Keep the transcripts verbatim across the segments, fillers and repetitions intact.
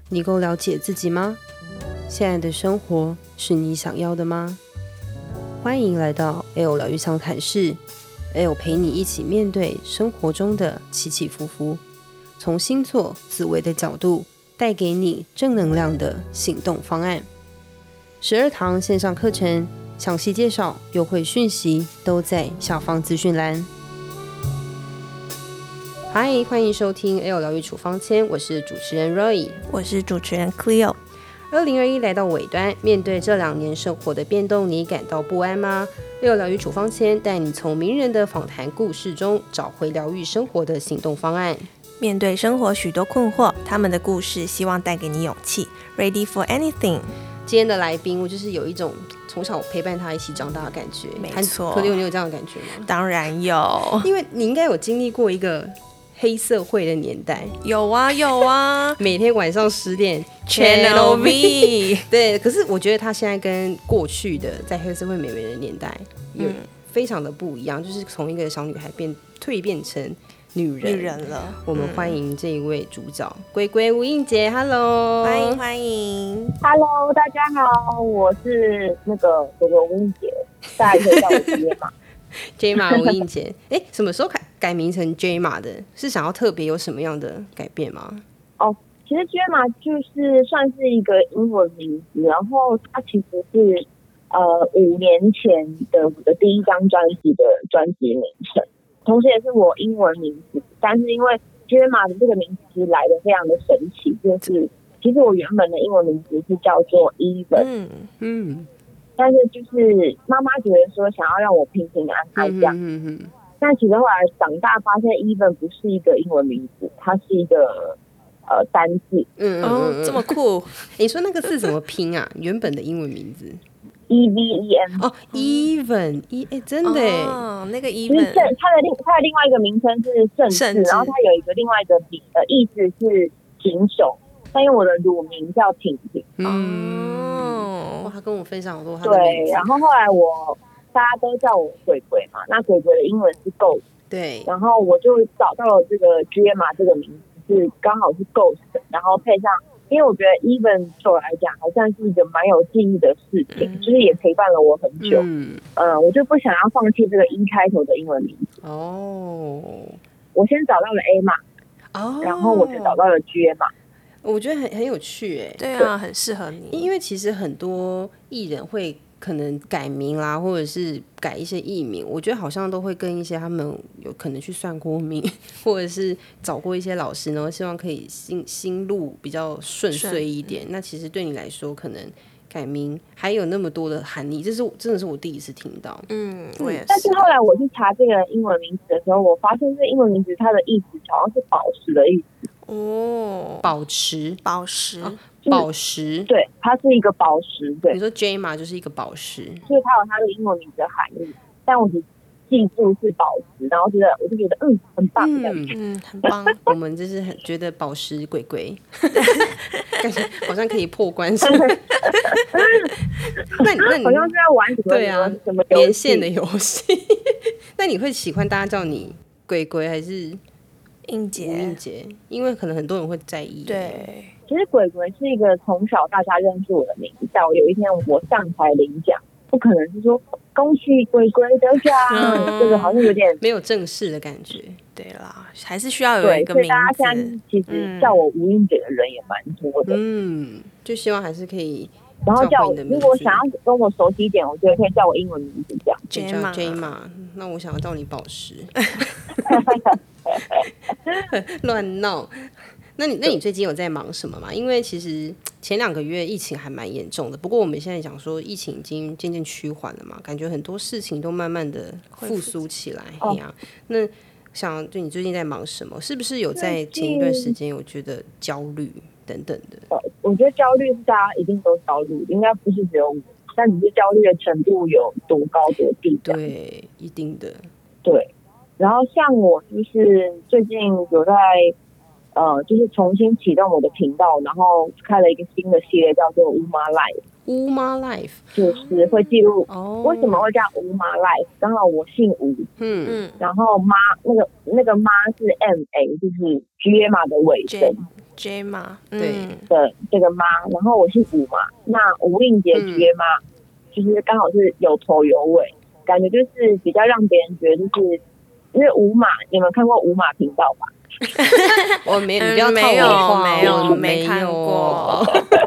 你够了解自己吗？现在的生活是你想要的吗？欢迎来到 L 疗愈相谈室， L 陪你一起面对生活中的起起伏伏，从星座、紫微的角度带给你正能量的行动方案。十二堂线上课程详细介绍、优惠讯息都在下方资讯栏。嗨，欢迎收听 L 疗愈处方签，我是主持人 Roy， 我是主持人 Cleo。 二零二一来到尾端，面对这两年生活的变动，你感到不安吗？L 疗愈处方签带你从名人的访谈故事中找回疗愈生活的行动方案。 面对生活许多困惑，他们的故事希望带给你勇气。Ready for anything。 今天的来宾，我就是有一种从小陪伴他一起长大的感觉。 没错， 可六，你有这样的感觉吗？ 当然有， 因为你应该有经历过一个黑社会的年代。 有啊有啊， 每天晚上十点 Channel V。 对，可是我觉得他现在跟过去的在黑社会美眉的年代有非常的不一样，嗯、就是从一个小女孩变蜕变成女人女人了。 我们欢迎这一位主角龟龟吴映洁。 Hello， 欢迎欢迎。 Hello， 大家好，我是那个龟龟吴映洁，大家可以叫我 J 嘛。 J 马吴映洁。哎，什么时候改改名成 J 马的？是想要特别有什么样的改变吗？ 哦，其实 J 马就是算是一个英文名字，然后它其实是呃五年前的我的第一张专辑的专辑名称，同时也是我英文名字。但是因为 J 马的这个名字其实来的非常的神奇，就是其实我原本的英文名字是叫做 Even， 嗯嗯。但是就是妈妈觉得说想要让我平平安安这样，嗯嗯嗯，但其实后来长大发现 even 不是一个英文名字，它是一个呃单字。 嗯哦，这么酷。 你说那个字怎么拼啊？原本的英文名字 E V E N。 哦 even E、欸、真的耶。 哦，那个 even 就是它的另它的另外一个名称是圣字，然后它有一个另外一个呃意思是挺手，但因为我的乳名叫婷婷。 嗯，哇，他跟我分享好多他的名字。 对，然后后来我大家都叫我鬼鬼嘛，那鬼鬼的英文是 ghost。 对， 然后我就找到了这个 Gemma 这个名字，是刚好是 ghost， 然后配上，因为我觉得 even 对我来讲还算是一个蛮有记忆的事情，嗯、就是也陪伴了我很久。嗯，呃，我就不想要放弃这个 E 开头的英文名字。哦，我先找到了 A 嘛，哦，然后我就找到了 Gemma。 我觉得很很有趣哎。 对啊，很适合你。 因为其实很多艺人会可能改名啦，或者是改一些艺名，我觉得好像都会跟一些他们有可能去算过命，或者是找过一些老师，然后希望可以心心路比较顺遂一点。那其实对你来说，可能改名还有那么多的含义，这是真的是我第一次听到。 嗯，我也是。 但是后来我去查这个英文名字的时候，我发现这个英文名字它的意思好像是宝石的意思。 哦，宝石， 宝石， 啊、宝石， 对，它是一个宝石。对， 你说 J 嘛，就是一个宝石， 所以它有它的英文名字的含义。但我只记住是宝石，然后觉得我就觉得嗯，很棒，嗯嗯，很棒。 我们就是很觉得宝石鬼鬼，感觉好像可以破关是那你那你好像是在玩什么对啊什么连线的游戏？那你会喜欢大家叫你鬼鬼还是？ 映洁， 映洁，因为可能很多人会在意。 对， 其实鬼鬼是一个从小大家认识我的名字，到有一天我上台领奖，不可能是说恭喜鬼鬼得奖，嗯、这个好像有点没有正式的感觉。 对啦，还是需要有一个名字。 所以大家现在其实叫我吴映洁的人也蛮多的。嗯， 就希望还是可以。 然后叫我，如果想要跟我熟悉一点，我觉得可以叫我英文名字这样。 J 嘛 J 嘛，那我想要叫你宝石。乱闹。那你那你最近有在忙什么吗？因为其实前两个月疫情还蛮严重的，不过我们现在讲说疫情已经渐渐趋缓了嘛，感觉很多事情都慢慢的复苏起来。哦啊、那想就你最近在忙什么？是不是有在前一段时间有觉得焦虑等等的？ 呃，我觉得焦虑是大家一定都焦虑，应该不是只有我，但只是焦虑的程度有多高多低。 对，一定的。 对。然后像我就是最近有在呃，就是重新启动我的频道，然后开了一个新的系列叫做乌妈 Life。 乌妈 Life 就是会记录为什么会叫乌妈 Life。刚好我姓吴，嗯嗯，然后妈那个那个妈是 M A， 就是 Gemma 的尾声。 J 嘛， 对的这个妈，然后我是五嘛，那吴映洁绝妈，嗯、就是刚好是有头有尾，感觉就是比较让别人觉得就是因为五马，你们看过五马频道吧？ 我没，你不要套我话， 没有， 我没看过。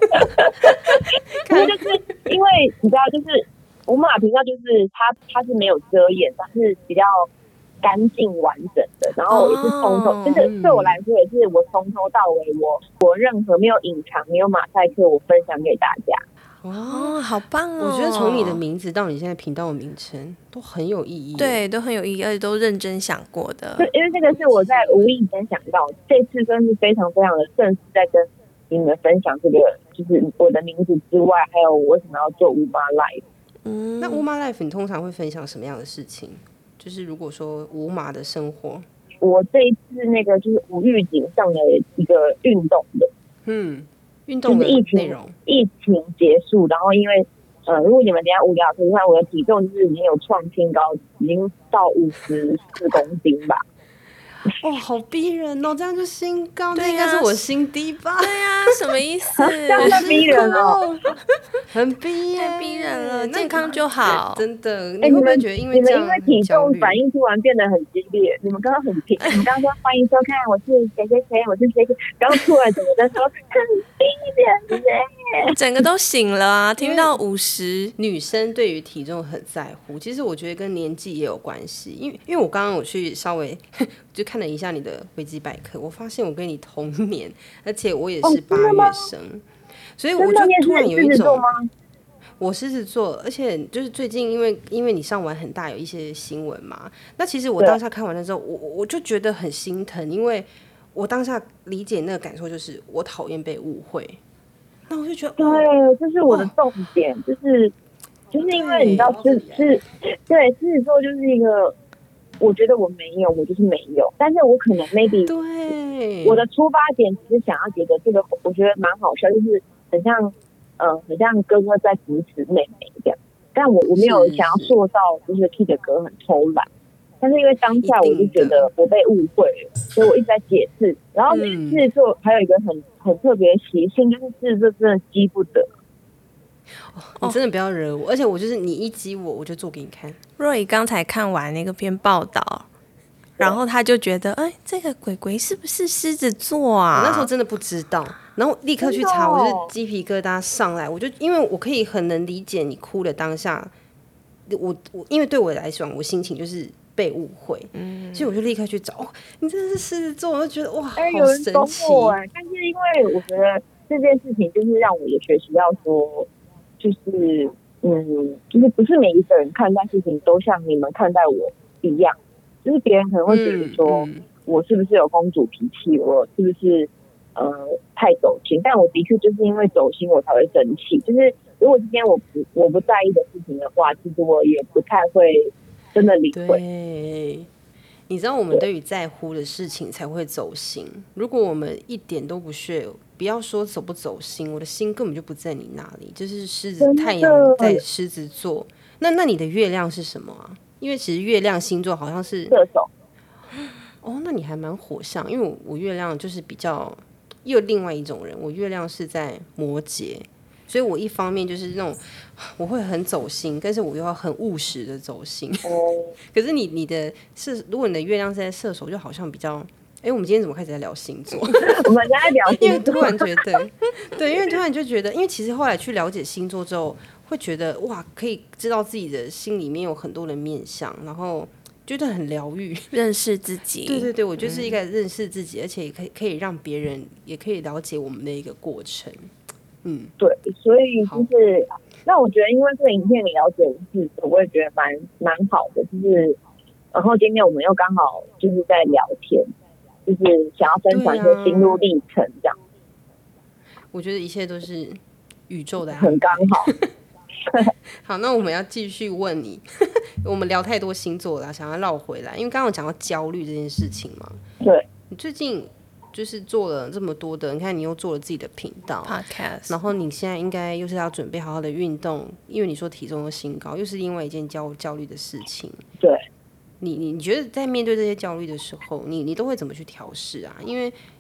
那就是因为你知道，就是五马频道，就是它它是没有遮掩，它是比较干净完整的。然后我也是从头，就、哦、是对我来说也是我从头到尾，我我任何没有隐藏、没有马赛克，我分享给大家。 哦，好棒哦！ 我觉得从你的名字到你现在频道的名称都很有意义， 对，都很有意义，而且都认真想过的。 对，因为这个是我在无意间想到，这次真是非常非常的正式在跟你们分享这个，就是我的名字之外，还有我为什么要做乌妈 Life。 嗯，那乌妈 Life 你通常会分享什么样的事情？就是如果说无马的生活， 我这一次那个就是无预警上的一个运动的， 嗯。运动的内容， 疫情结束，然后因为呃，如果你们等一下无聊，可以看我的体重就是已经有创新高，已经到五十四公斤吧。 哦，好逼人哦！这样就新高，那、啊、应该是我新低吧？ 对呀、啊，什么意思？ 这样太逼人哦， 很逼耶， 太逼人了。健康就好， 真的。你会不会觉得因为这样你们因为体重反应突然变得很激烈？你们刚刚很平，你们刚刚说欢迎收看，我是谁谁谁，我是谁谁，然后突然整个在说很逼人耶， 整个都醒了啊！听到五十， 女生对于体重很在乎，其实我觉得跟年纪也有关系，因为因为我刚刚有去稍微就看了一下你的维基百科，我发现我跟你同年，而且我也是八月生，哦、所以我就突然有一种，我狮子座，而且就是最近因为因为你上完很大有一些新闻嘛，那其实我当下看完了之后，我我就觉得很心疼，因为我当下理解那个感受就是我讨厌被误会，那我就觉得对，这是我的重点，哦、就是就是因为你知道狮是，对狮子座就是一个。我觉得我没有，我就是没有。但是我可能 maybe 对我的出发点只是想要觉得这个，我觉得蛮好笑，就是很像，呃，很像哥哥在扶持妹妹这样。但我我没有想要塑造就是 Kid 哥很偷懒，但是因为当下我就觉得我被误会了，所以我一直在解释。然后狮子座还有一个很很特别的习性，就是狮子座真的激不得。 哦、你真的不要惹我，而且我就是你一激我，我就做给你看。 若仪刚才看完那个篇报道，然后他就觉得，哎，这个鬼鬼是不是狮子座啊？ 我那时候真的不知道，然后立刻去查，我就鸡皮疙瘩上来。我就因为我可以很能理解你哭的当下，我我因为对我来说，我心情就是被误会，嗯，所以我就立刻去找。哦、你真的是狮子座，我就觉得哇， 哎、 好神奇！ 哎，但是因为我觉得这件事情就是让我也学习到说。就是嗯，就是不是每一个人看待事情都像你们看待我一样，就是别人可能会觉得说、嗯嗯、我是不是有公主脾气，我是不是呃太走心？但我的确就是因为走心我才会生气。就是如果今天我不我不在意的事情的话，其实我也不太会真的理会。 对，你知道我们对于在乎的事情才会走心。如果我们一点都不屑。不要说走不走心，我的心根本就不在你那里。就是狮子太阳在狮子座，那那你的月亮是什么啊？因为其实月亮星座好像是射手。 哦，那你还蛮火象，因为 我, 我月亮就是比较又另外一种人，我月亮是在摩羯，所以我一方面就是那种我会很走心，但是我又要很务实的走心。 哦， 可是你你的是，如果你的月亮是在射手，就好像比较。哎、欸，我们今天怎么开始在聊星座？ 我们在聊星座， 因为突然觉得，对，因为突然就觉得，因为其实后来去了解星座之后，会觉得哇，可以知道自己的心里面有很多的面向，然后觉得很疗愈， 认识自己。 对对对，我就是一个认识自己，嗯、而且也可以可以让别人也可以了解我们的一个过程。嗯， 对，所以就是那我觉得，因为这个影片里了解自己，我也觉得蛮蛮好的，就是然后今天我们又刚好就是在聊天。就是想要分享一些心路历程，这样、 啊。我觉得一切都是宇宙的安排，很刚好。 好，那我们要继续问你，我们聊太多星座了，想要绕回来，因为刚刚有讲到焦虑这件事情嘛。 对， 你最近就是做了这么多的，你看你又做了自己的频道 podcast， 然后你现在应该又是要准备好好的运动，因为你说体重又新高，又是因为一件焦焦虑的事情。 对。 你你觉得在面对这些焦虑的时候，你你都会怎么去调试啊？因为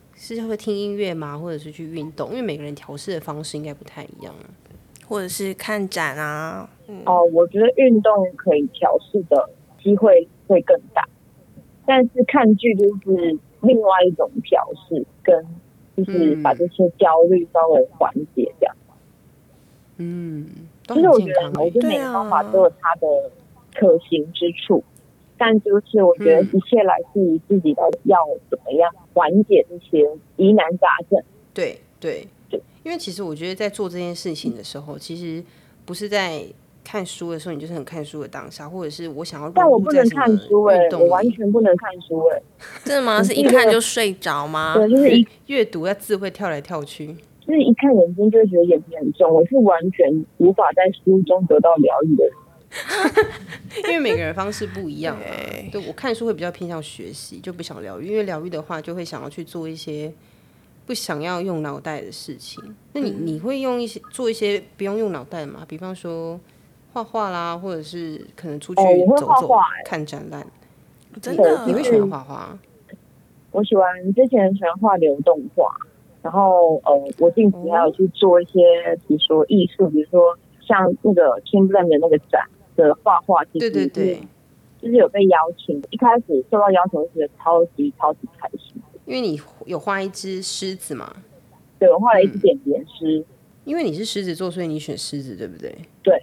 是会听音乐吗？或者是去运动？因为每个人调试的方式应该不太一样。 或者是看展啊。 嗯、哦，我觉得运动可以调试的机会会更大，但是看剧就是另外一种调试，跟就是把这些焦虑稍微缓解这样。 嗯， 其实我觉得，我觉得每个方法都有它的可行之处，但就是我觉得一切来自于自己到底要怎么样缓解这些疑难杂症。 对对对，因为其实我觉得在做这件事情的时候，其实不是在看书的时候，你就是很看书的当下，或者是我想要但我不能看书哎、欸，我完全不能看书哎、欸。 真的吗？是一看就睡着吗？ 对，就是一阅读要字会跳来跳去。 就是一看眼睛就会觉得眼睛很重，我是完全无法在书中得到疗愈的人。 因为每个人方式不一样啊。对，我看书会比较偏向学习，就不想疗愈，因为疗愈的话就会想要去做一些不想要用脑袋的事情。那你、嗯、你会用一些做一些不用用脑袋吗？比方说画画啦，或者是可能出去走走、哦画画欸、 看展览。 真的， 你会喜欢画画？ 我喜欢，之前喜欢画流动画。然后呃，我近期还有去做一些，比如说艺术，比如说像那个 Timberland 的那个展的画画，其实对对对， 就是有被邀请。一开始受到邀请，我觉得超级超级开心， 因为你有画一只狮子嘛。 对，我画了一只点点狮、嗯。 因为你是狮子座，所以你选狮子，对不对？ 对，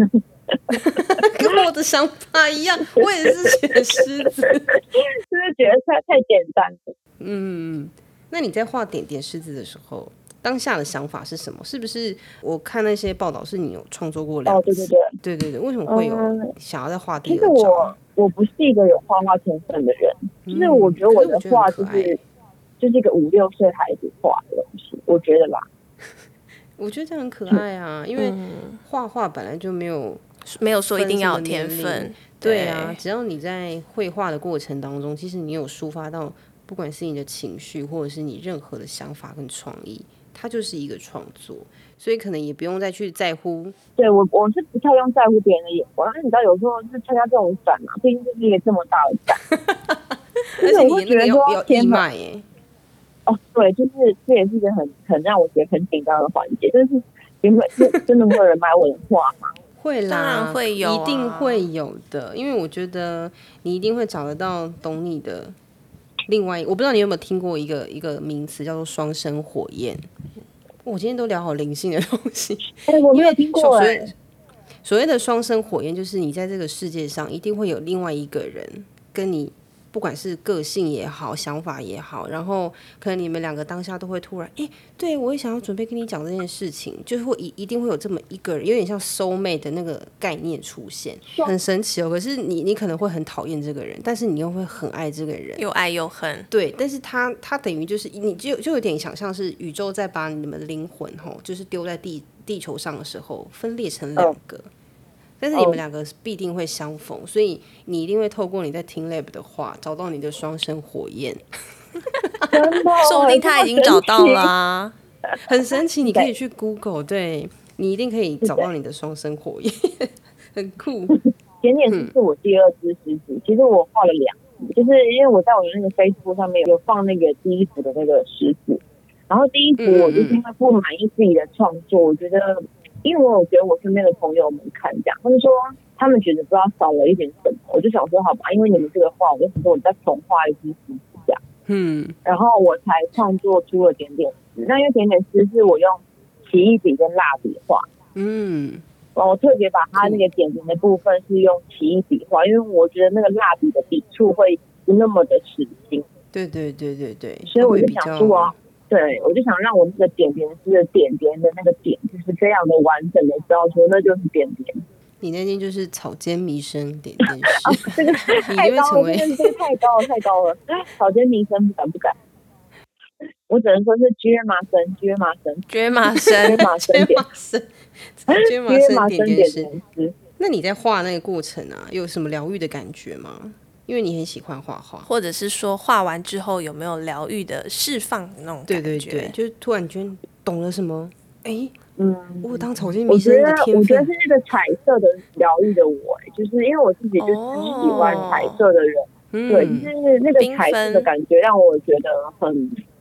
跟我的想法一样，我也是选狮子， 就是觉得太太简单了。 嗯。那你在画点点狮子的时候，当下的想法是什么？是不是我看那些报道是你有创作过两次？ 哦，对对对， 对对对，为什么会有想要再画第二张？其实我我不是一个有画画天分的人，就、嗯、是我觉得我的画就是、就是一个五六岁孩子画的东西，我觉得啦。 我觉得这样很可爱啊，因为画画本来就没有没有说一定要有天分， 对啊，只要你在绘画的过程当中，其实你有抒发到。不管是你的情绪，或者是你任何的想法跟创意，它就是一个创作，所以可能也不用再去在乎。 对我，我是不太用在乎别人的眼光。但是你知道，有时候是参加这种展嘛，毕竟这是一个这么大的展， 而且你那个要要义卖耶。 哦，对，就是这也是一个很很让我觉得很紧张的环节。但是原本是真的会有人买我的画吗？ 会啦， 当然会有、啊， 一定会有的，因为我觉得你一定会找得到懂你的。另外，我不知道你有没有听过一个一个名词叫做双生火焰。我今天都聊好灵性的东西， 哎、欸，我没有听过哎、 欸。所谓的双生火焰，就是你在这个世界上一定会有另外一个人跟你，不管是个性也好，想法也好，然后可能你们两个当下都会突然，哎、欸，对我也想要准备跟你讲这件事情，就是会一一定会有这么一个人，有点像 soul mate 的那个概念出现，很神奇哦。可是你你可能会很讨厌这个人，但是你又会很爱这个人， 又爱又恨。对， 但是他他等于就是你就就有点想象是宇宙在把你们的灵魂吼，就是丢在地地球上的时候分裂成两个。哦，但是你们两个必定会相逢，哦，所以你一定会透过你在听 lab 的话，找到你的双生火焰。 真的， 说不定他已经找到了，啊， 很神奇。你可以去 Google， 对，你一定可以找到你的双生火焰，很酷。 点点狮是我第二只狮子，嗯，其实我画了两只，就是因为我在我的那个 Facebook 上面有放那个第一幅的那个狮子，然后第一幅我就是因为不满意自己的创作，我觉得。因为我有给我身边的朋友们看，这样他们说他们觉得不知道少了一点什么，我就想说好吧，因为你们这个画，我就想说我再重画一只狮子这样，嗯，然后我才创作出了点点诗。那因为点点诗是我用奇异笔跟蜡笔画，嗯，我特别把它那个点点的部分是用奇异笔画，因为我觉得那个蜡笔的笔触会不那么的实心。 对对对对对， 所以我就想说啊。对，我就想让我那个点点诗的点点的那个点，就是非常的完整的知道说那就是点点。 你那天就是草间弥生点点诗， 哦，这个太高了，这个太高了，太高了。草间弥生不敢不敢，我只能说是撅麻生，撅麻生， 撅麻生， 撅麻生点生，撅麻生点点诗。那你在画那个过程啊，有什么疗愈的感觉吗？因为你很喜欢画画， 或者是说画完之后有没有疗愈的释放的那种感觉？ 对对对，就是突然间懂了什么？哎， 嗯， 我当草间弥生的天分， 我觉得是那个彩色的疗愈的我，就是因为我自己就是喜欢彩色的人，哦，对，就是那个彩色的感觉让我觉得很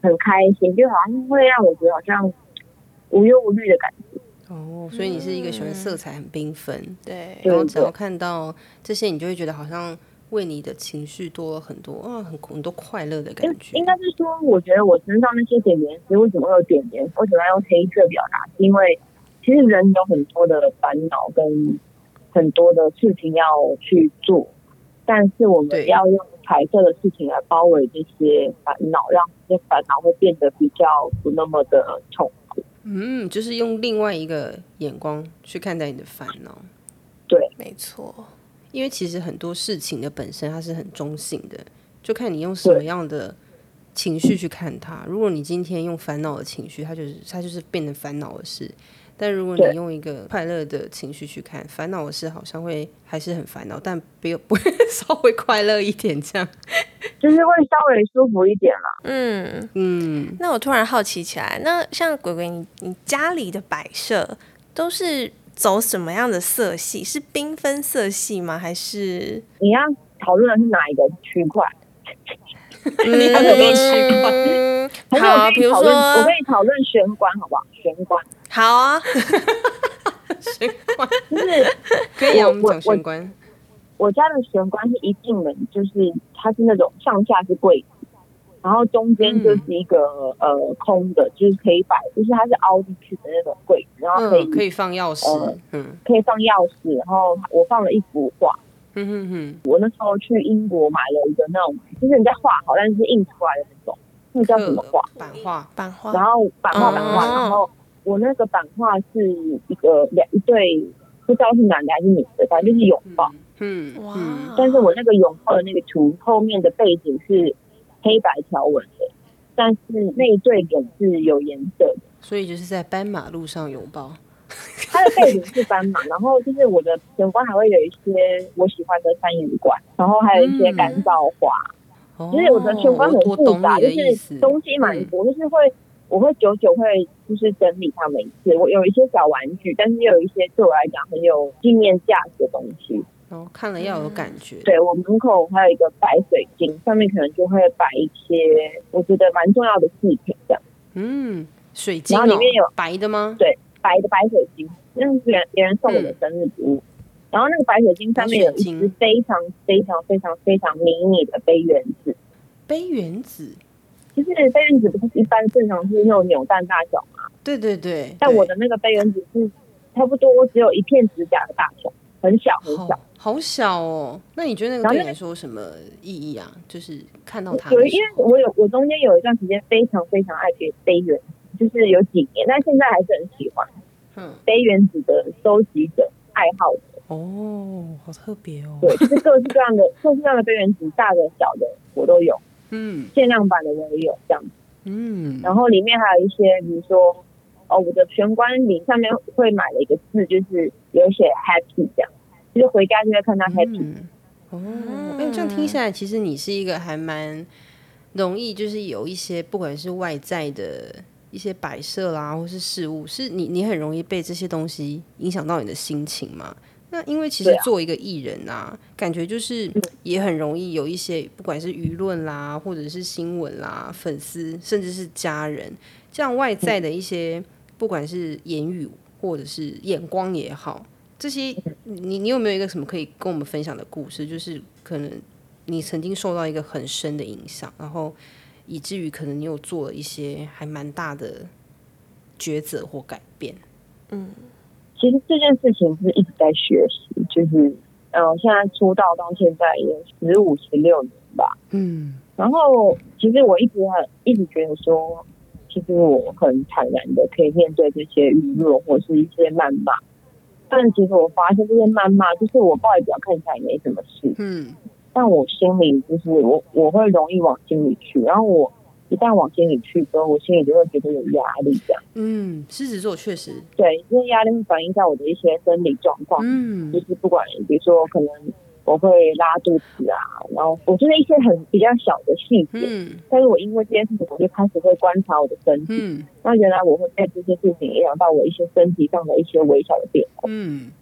很开心，就好像会让我觉得好像无忧无虑的感觉。 哦，所以你是一个喜欢色彩很缤纷、嗯， 对， 然后只要看到这些，你就会觉得好像为你的情绪多了很多啊，很很多快乐的感觉。 应该是说，我觉得我身上那些点点是为什么会有点点，为什么要用黑色表达？是因为其实人有很多的烦恼跟很多的事情要去做，但是我们要用彩色的事情来包围这些烦恼，让这些烦恼会变得比较不那么的痛苦。 嗯，就是用另外一个眼光去看待你的烦恼。 对， 没错。 因为其实很多事情的本身它是很中性的，就看你用什么样的情绪去看它。如果你今天用烦恼的情绪，它就是它就是变成烦恼的事；但如果你用一个快乐的情绪去看，烦恼的事好像会还是很烦恼，但不不会稍微快乐一点，这样就是会稍微舒服一点啦。 嗯嗯， 那我突然好奇起来，那像鬼鬼你你家里的摆设都是走什么样的色系？是缤纷色系吗？还是你要讨论的是哪一个区块？ 你还是我区块？好，比如说我跟你讨论玄关好不好？玄关好啊， 玄关就是可以啊，我们讲玄关。 我家的玄关是一进门就是它是那种上下是柜子，然后中间就是一个、嗯、呃空的，就是可以摆，就是它是凹进去的那种柜子，然后可以、 嗯、可以放钥匙、呃，嗯， 可以放钥匙，然后我放了一幅画。 嗯哼哼， 我那时候去英国买了一个那种，就是人家画好但是印出来的那种，那叫什么画？ 版画， 版画。 然后版画，版画，然后我那个版画是一个两一对，不知道是男的还是女的，反正就是拥抱。 嗯， 哇！ 但是我那个拥抱的那个图后面的背景是黑白条纹的，但是那一对脸是有颜色的， 所以就是在斑马路上拥抱。 它的背景是斑马，然后就是我的玄关还会有一些我喜欢的三眼管，然后还有一些干燥花。嗯、就是我的玄关很复杂，就是东西蛮多，嗯、就是会我会久久会就是整理它们一次。我有一些小玩具，但是也有一些对我来讲很有纪念价值的东西。 哦，看了要有感觉。 对，我门口还有一个白水晶，上面可能就会摆一些我觉得蛮重要的饰品这样。 嗯，水晶、哦， 然后里面有白的吗？ 对，白的白水晶，那是别人别人送我的生日礼物。嗯、然后那个白水晶上面有一只非常非常非常非常迷你的杯原子。 杯原子， 其实杯原子不是一般正常是那种扭蛋大小吗？ 对对对。 但我的那个杯原子是差不多只有一片指甲的大小。很小很小， 好小哦。那你觉得那个对你来说有什么意义啊？就是看到它， 有，因为我有我中间有一段时间非常非常爱杯杯原子，就是有几年，但现在还是很喜欢。嗯，杯原子的收集者、爱好者。 哦，好特别哦。 对，就是各式各样的、各式各样的杯原子，大的、小的我都有。嗯，限量版的我也有这样子。嗯，然后里面还有一些，比如说。哦，我的玄关里上面会买了一个字，就是有写 happy 这样，就是回家就会看到 happy。 嗯、哦，哎，这样听下来，其实你是一个还蛮容易，就是有一些不管是外在的一些摆设啦，或是事物，是你你很容易被这些东西影响到你的心情嘛？那因为其实做一个艺人啊，啊感觉就是也很容易有一些，不管是舆论啦，或者是新闻啦，粉丝甚至是家人，这样外在的一些。不管是言语或者是眼光也好，这些你你有没有一个什么可以跟我们分享的故事？就是可能你曾经受到一个很深的影响，然后以至于可能你有做了一些还蛮大的抉择或改变。 嗯，其实这件事情是一直在学习，就是呃，现在出道到现在也十五十六年吧。嗯，然后其实我一直很一直觉得说。其实我很坦然的可以面对这些舆论或是一些谩骂，但其实我发现这些谩骂就是我外表看起来没什么事，嗯，但我心里就是我我会容易往心里去，然后我一旦往心里去之后，我心里就会觉得有压力这样。 嗯，狮子座确实对，这些压力会反映在我的一些生理状况，嗯，就是不管比如说可能。我会拉肚子啊，然后我就是一些很比较小的细节，嗯，但是我因为这件事情，我就开始会观察我的身体，嗯，那原来我会被这些事情影响到我一些身体上的一些微小的变化， 嗯，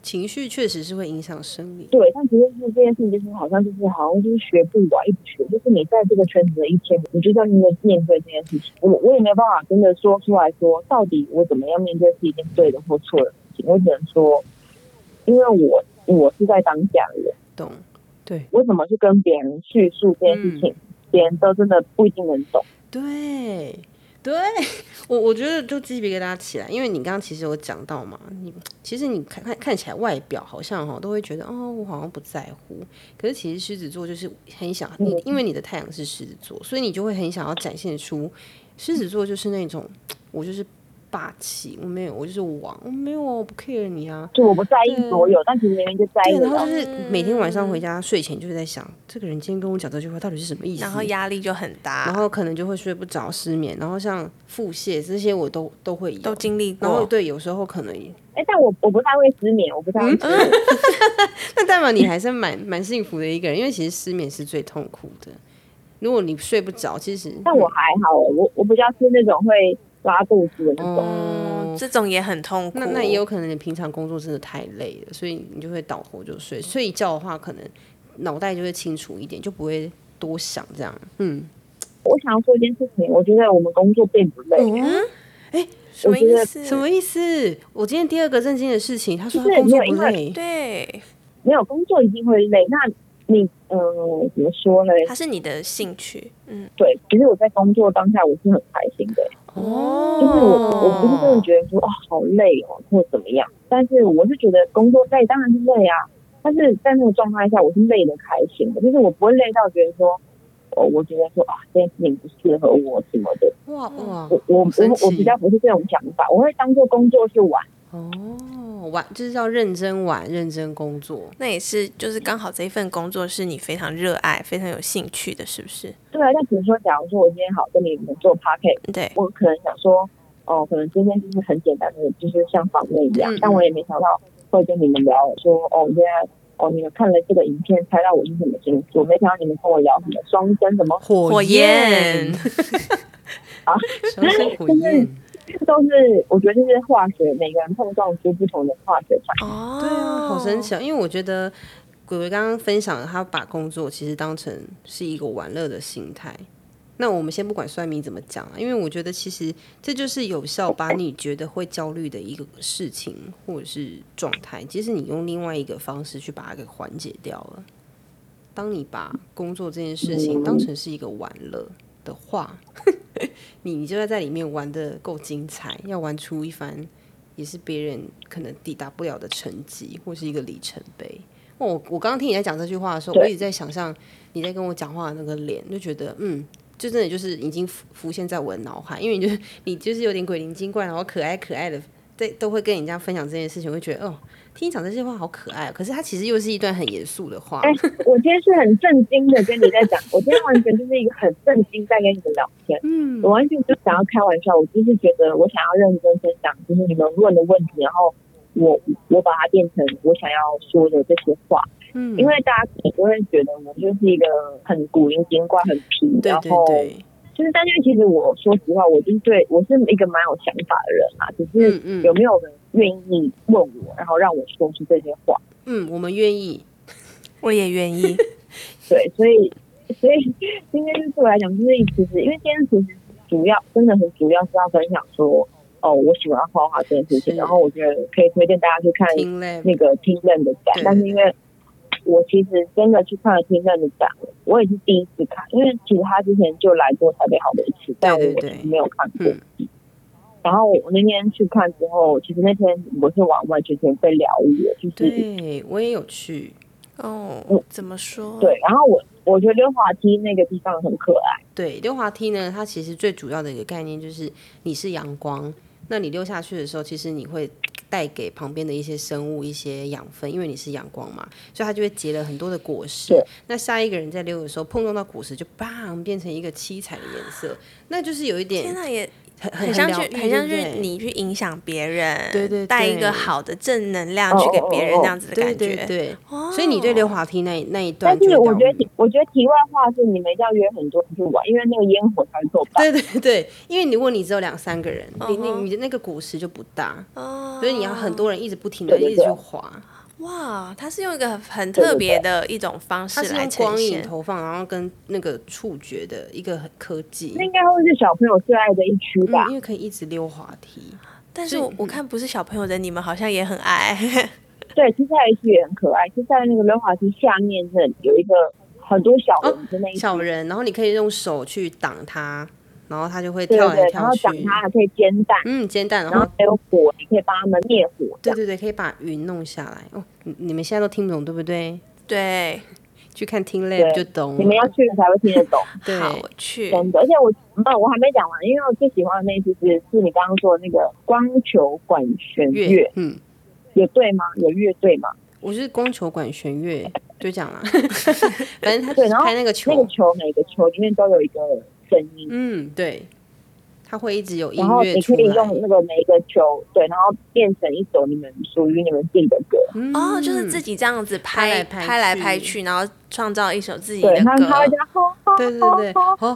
情绪确实是会影响生理。 对，但其实是这件事情，就是好像就是好像就是学不完，一直学，就是你在这个圈子的一天，你就是要面对面对这件事情。我我也没有办法真的说出来说，到底我怎么样面对是一件对的或错的事情。我只能说，因为我我是在当下的人， 懂？对， 我怎么去跟别人叙述这件事情，别、嗯、人都真的不一定能懂。 对。对，我我觉得就鸡皮疙瘩起来，因为你刚刚其实有讲到嘛，你其实你看看看起来外表好像哈都会觉得哦，我好像不在乎，可是其实狮子座就是很想你，因为你的太阳是狮子座，所以你就会很想要展现出狮子座就是那种我就是霸气，我没有，我就是王，我没有，我不 care 你啊， 就我不在意所有，但其实明明就在意。 对，然后就是每天晚上回家睡前就是在想，这个人今天跟我讲这句话到底是什么意思， 然后压力就很大， 然后可能就会睡不着、失眠，然后像腹泻这些我都都会有， 都经历过。 然后对，有时候可能， 哎，但我我不太会失眠，我不太会失眠。嗯、 那代表你还是蛮蛮幸福的一个人，因为其实失眠是最痛苦的。如果你睡不着，其实但我还好，我我比较是那种会拉肚子的那种。 哦，这种也很痛苦。 那那也有可能你平常工作真的太累了，所以你就会倒头就睡。睡一觉的话，可能脑袋就会清楚一点，就不会多想这样。嗯， 我想要说一件事情，我觉得我们工作并不累。 嗯，哎， 什么意思？ 什么意思？我今天第二个震惊的事情，他说他工作不累， 对， 没有工作一定会累。那你嗯、呃，怎么说呢？ 它是你的兴趣，嗯， 对。其实我在工作当下我是很开心的。 哦， 就是我，我不是真的觉得说哦好累哦，或怎么样，但是我是觉得工作累当然是累啊，但是在那个状态下我是累的开心的，就是我不会累到觉得说，哦，我觉得说啊这件事情不适合我什么的。 哇哇， 我我我我比较不是这种想法，我会当做工作去玩。 哦，玩就是要认真玩，认真工作。 那也是，就是刚好这一份工作是你非常热爱、非常有兴趣的，是不是？ 对啊，那比如说，假如说我今天好跟你们做 podcast， 对， 我可能想说，哦，可能今天就是很简单的，就是像访问一样，嗯嗯，但我也没想到会跟你们聊说，哦，现在哦，你们看了这个影片，猜到我是什么星座，没想到你们跟我聊什么双生什么火焰， 啊， 双生火焰。 都是我觉得就是化学，每个人碰撞出不同的化学产生。哦，对啊，好神奇啊！因为我觉得鬼鬼刚刚分享了，他把工作其实当成是一个玩乐的心态。那我们先不管算命怎么讲啊，因为我觉得其实这就是有效把你觉得会焦虑的一个事情或者是状态，其实你用另外一个方式去把它给缓解掉了。当你把工作这件事情当成是一个玩乐的话，你你就要在里面玩得够精彩，要玩出一番也是别人可能抵达不了的成绩，或是一个里程碑。我我刚刚听你在讲这句话的时候，我一直在想象你在跟我讲话的那个脸，就觉得嗯，就真的就是已经浮现在我的脑海，因为你就是你就是有点鬼灵精怪，然后可爱可爱的，在都会跟人家分享这件事情，我会觉得哦。听你讲这些话好可爱、哦，可是它其实又是一段很严肃的话。 哎、欸，我今天是很震惊的跟你在讲，我今天完全就是一个很震惊在跟你们聊天。嗯，我完全就想要开玩笑，我就是觉得我想要认真分享，就是你们问的问题，然后我我把它变成我想要说的这些话。嗯，因为大家可能就会觉得我就是一个很古灵精怪、很皮， 对对对， 然后就是，但是其实我说实话，我就是对我是一个蛮有想法的人啊，只是有没有人愿意问我，然后让我说出这些话。 嗯，我们愿意， 我也愿意。 对，所以所以今天对我来讲，就是其实因为今天其实主要真的很主要是要分享说，哦，我喜欢画画这件事情，然后我觉得可以推荐大家去看那个听任的展，但是因为我其实真的去看了听任的展，我也是第一次看，因为其实他之前就来过台北好多次，但我其实没有看过。嗯，然后我那天去看之后，其实那天我是完完全全被疗愈了，就是对我也有去哦。怎么说？ 对，然后我我觉得溜滑梯那个地方很可爱。 对，溜滑梯呢，它其实最主要的一个概念就是你是阳光，那你溜下去的时候，其实你会带给旁边的一些生物一些养分，因为你是阳光嘛，所以它就会结了很多的果实。那下一个人在溜的时候碰撞到果实，就砰变成一个七彩的颜色，那就是有一点天哪，也很很像去，很像去你去影响别人， 对对， 带一个好的正能量去给别人，这样子的感觉。 对对对，哦、所以你对溜滑梯那那一段， 但是我觉得，我觉得题外话是，你们一定要约很多人去玩，因为那个烟火才够大。 对对对，因为如果你只有两三个人，你你你的那个果实就不大，哦、所以你要很多人一直不停的一直去滑。 哇，它是用一个很特别的一种方式来呈现，它是用光影投放，然后跟那个触觉的一个科技。 那应该会是小朋友最爱的一区吧、 嗯，因为可以一直溜滑梯。 但是 我, 我看不是小朋友的你们好像也很爱。 对，其实它也是也很可爱，就在那个溜滑梯下面那里有一个很多小人的那一、 哦、小人，然后你可以用手去挡它。然后它就会跳来跳去， 然后挡它还可以煎蛋， 嗯，煎蛋，然后还有火，你可以帮他们灭火。 对对对，可以把云弄下来。哦，你们现在都听不懂对不对？ 对， 去看听 lab 就懂。 你们要去了才会听得懂。 对， 好，我去。 真的，而且我我还没讲完，因为我最喜欢的那一次是是你刚刚说的那个光球管弦乐，嗯，有对吗？有乐队吗？ 我是光球管弦乐，就这样啦。反正他对，然后拍那个球， 那个球每个球里面都有一个声音， 嗯，对，它会一直有音乐出来，然后你可以用那个每一个球，对，然后变成一首你们属于你们自己的歌。 嗯、哦，就是自己这样子拍拍来拍去，然后创造一首自己的歌。 对，他他会这样， 对对对，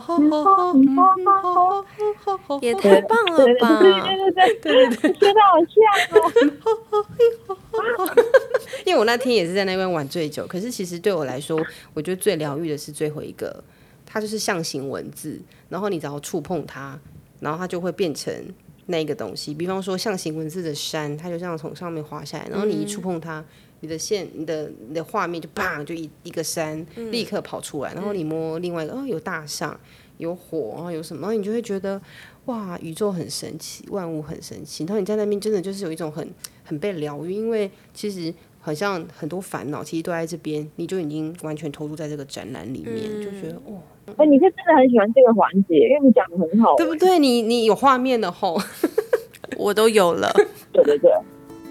也太棒了吧！ 对对对对对对，学得好像哦。因为我那天也是在那边玩最久，可是其实对我来说，我觉得最疗愈的是最后一个。它就是象形文字，然后你只要触碰它，然后它就会变成那个东西。比方说象形文字的山，它就这样从上面滑下来，然后你一触碰它，你的线、你的你的画面就砰，就一一个山立刻跑出来。然后你摸另外一个，哦，有大象，有火，然后有什么，然后你就会觉得哇，宇宙很神奇，万物很神奇。然后你在那边真的就是有一种很很被疗愈，因为其实好像很多烦恼其实都在这边，你就已经完全投入在这个展览里面，嗯、就觉得哇。 哎、欸，你是真的很喜欢这个环节，因为你讲的很好， 对不对？你你有画面的吼， 我都有了。 对对对。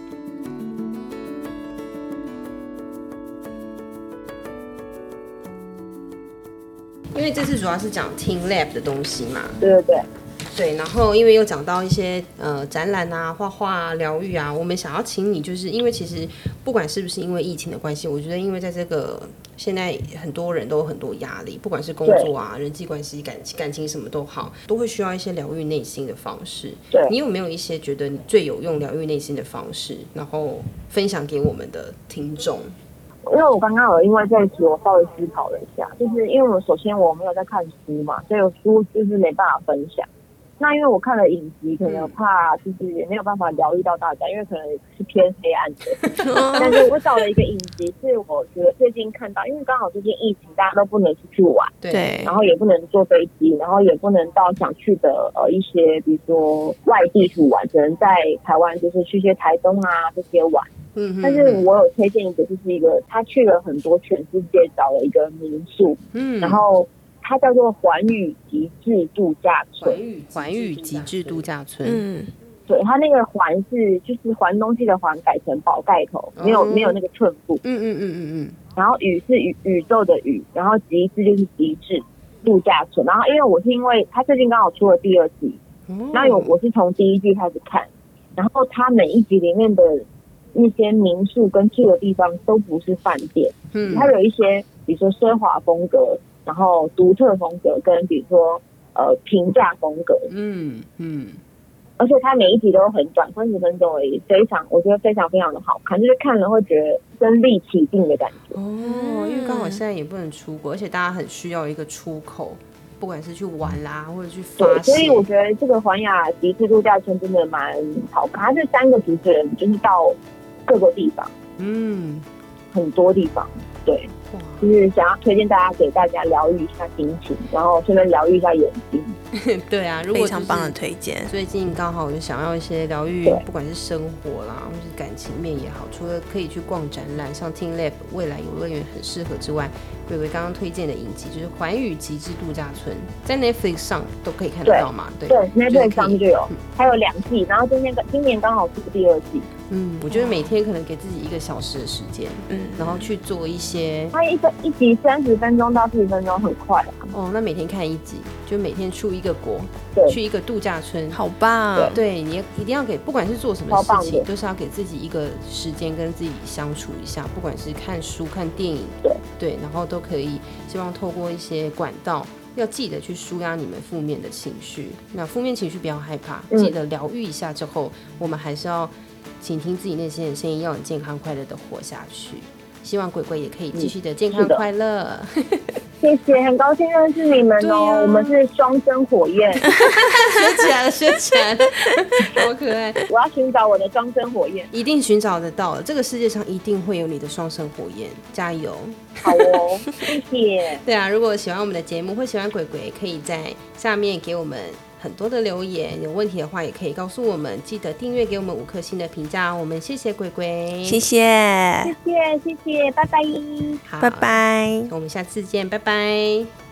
因为这次主要是讲听 lab 的东西嘛， 对对对。 对，然后因为又讲到一些呃展览啊、画画啊、疗愈啊，我们想要请你，就是因为其实不管是不是因为疫情的关系，我觉得因为在这个现在很多人都有很多压力，不管是工作啊、人际关系、感感情什么都好，都会需要一些疗愈内心的方式。 对， 你有没有一些觉得你最有用疗愈内心的方式，然后分享给我们的听众？ 因为我刚刚有因为这一题我稍微思考了一下，就是因为我首先我没有在看书嘛，所以有书就是没办法分享。那因为我看了影集，可能怕就是也没有办法疗愈到大家，因为可能是偏黑暗的。但是我找了一个影集，是我觉得最近看到，因为刚好最近疫情，大家都不能出去玩， 对， 然后也不能坐飞机，然后也不能到想去的呃一些，比如说外地去玩，只能在台湾就是去一些台东啊这些玩。嗯，但是我有推荐一个，就是一个他去了很多全世界找了一个民宿，嗯，然后。它叫做环宇极致度假村， 环宇极致度假村。嗯， 对，它那个环是就是环东西的环改成宝盖头，没有、哦、没有那个寸部。 嗯嗯嗯嗯嗯。 然后宇是宇宇宙的宇，然后极致就是极致度假村。然后因为我是因为它最近刚好出了第二季，哦、然后我是从第一季开始看，然后它每一集里面的那些民宿跟住的地方都不是饭店，嗯，它有一些比如说奢华风格。然后独特风格跟比如说呃平价风格，嗯嗯，而且它每一集都很短，三十分钟而已，非常我觉得非常非常的好看，就是看了会觉得身临其境的感觉。 哦，因为刚好现在也不能出国，而且大家很需要一个出口，不管是去玩啦，或者去发泄。 对，所以我觉得这个环亚极致度假村真的蛮好看，它是三个主持人，就是到各个地方，嗯，很多地方，对。就是想要推荐大家给大家疗愈一下心情，然后顺便疗愈一下眼睛。 对啊，如果、就是、 非常棒的推荐。 最近刚好就想要一些疗愈，不管是生活啦，或是感情面也好，除了可以去逛展览，像 Teen Lab 未来游乐园很适合之外，贵贵刚刚推荐的影集就是环宇极致度假村，在 Netflix 上都可以看得到嘛？对对 ，Netflix 上就有，还有两季，然后今天今年刚好出第二季。 嗯，我觉得每天可能给自己一个小时的时间，嗯，然后去做一些。 它一个一集三十分钟到四十分钟，很快啊。 哦，那每天看一集，就每天出一个国，去一个度假村， 好棒！ 对，你一定要给，不管是做什么事情，都是要给自己一个时间跟自己相处一下，不管是看书、看电影， 对对，然后都可以，希望透过一些管道。要记得去抒压你们负面的情绪，那负面情绪不要害怕， 嗯、 记得疗愈一下之后，我们还是要倾听自己内心的声音，要很健康快乐的活下去。希望鬼鬼也可以继续的健康快乐。 嗯、谢谢，很高兴认识你们哦。啊、我们是双生火焰， 学起来了，学起来了，好可爱。 我要寻找我的双生火焰， 一定寻找得到了。这个世界上一定会有你的双生火焰，加油！ 好哦，谢谢。 对啊，如果喜欢我们的节目或喜欢鬼鬼，可以在下面给我们很多的留言，有问题的话也可以告诉我们，记得订阅给我们五颗星的评价。我们谢谢鬼鬼， 谢谢， 谢谢，谢谢，拜拜， 好， 拜拜， 我们下次见，拜拜。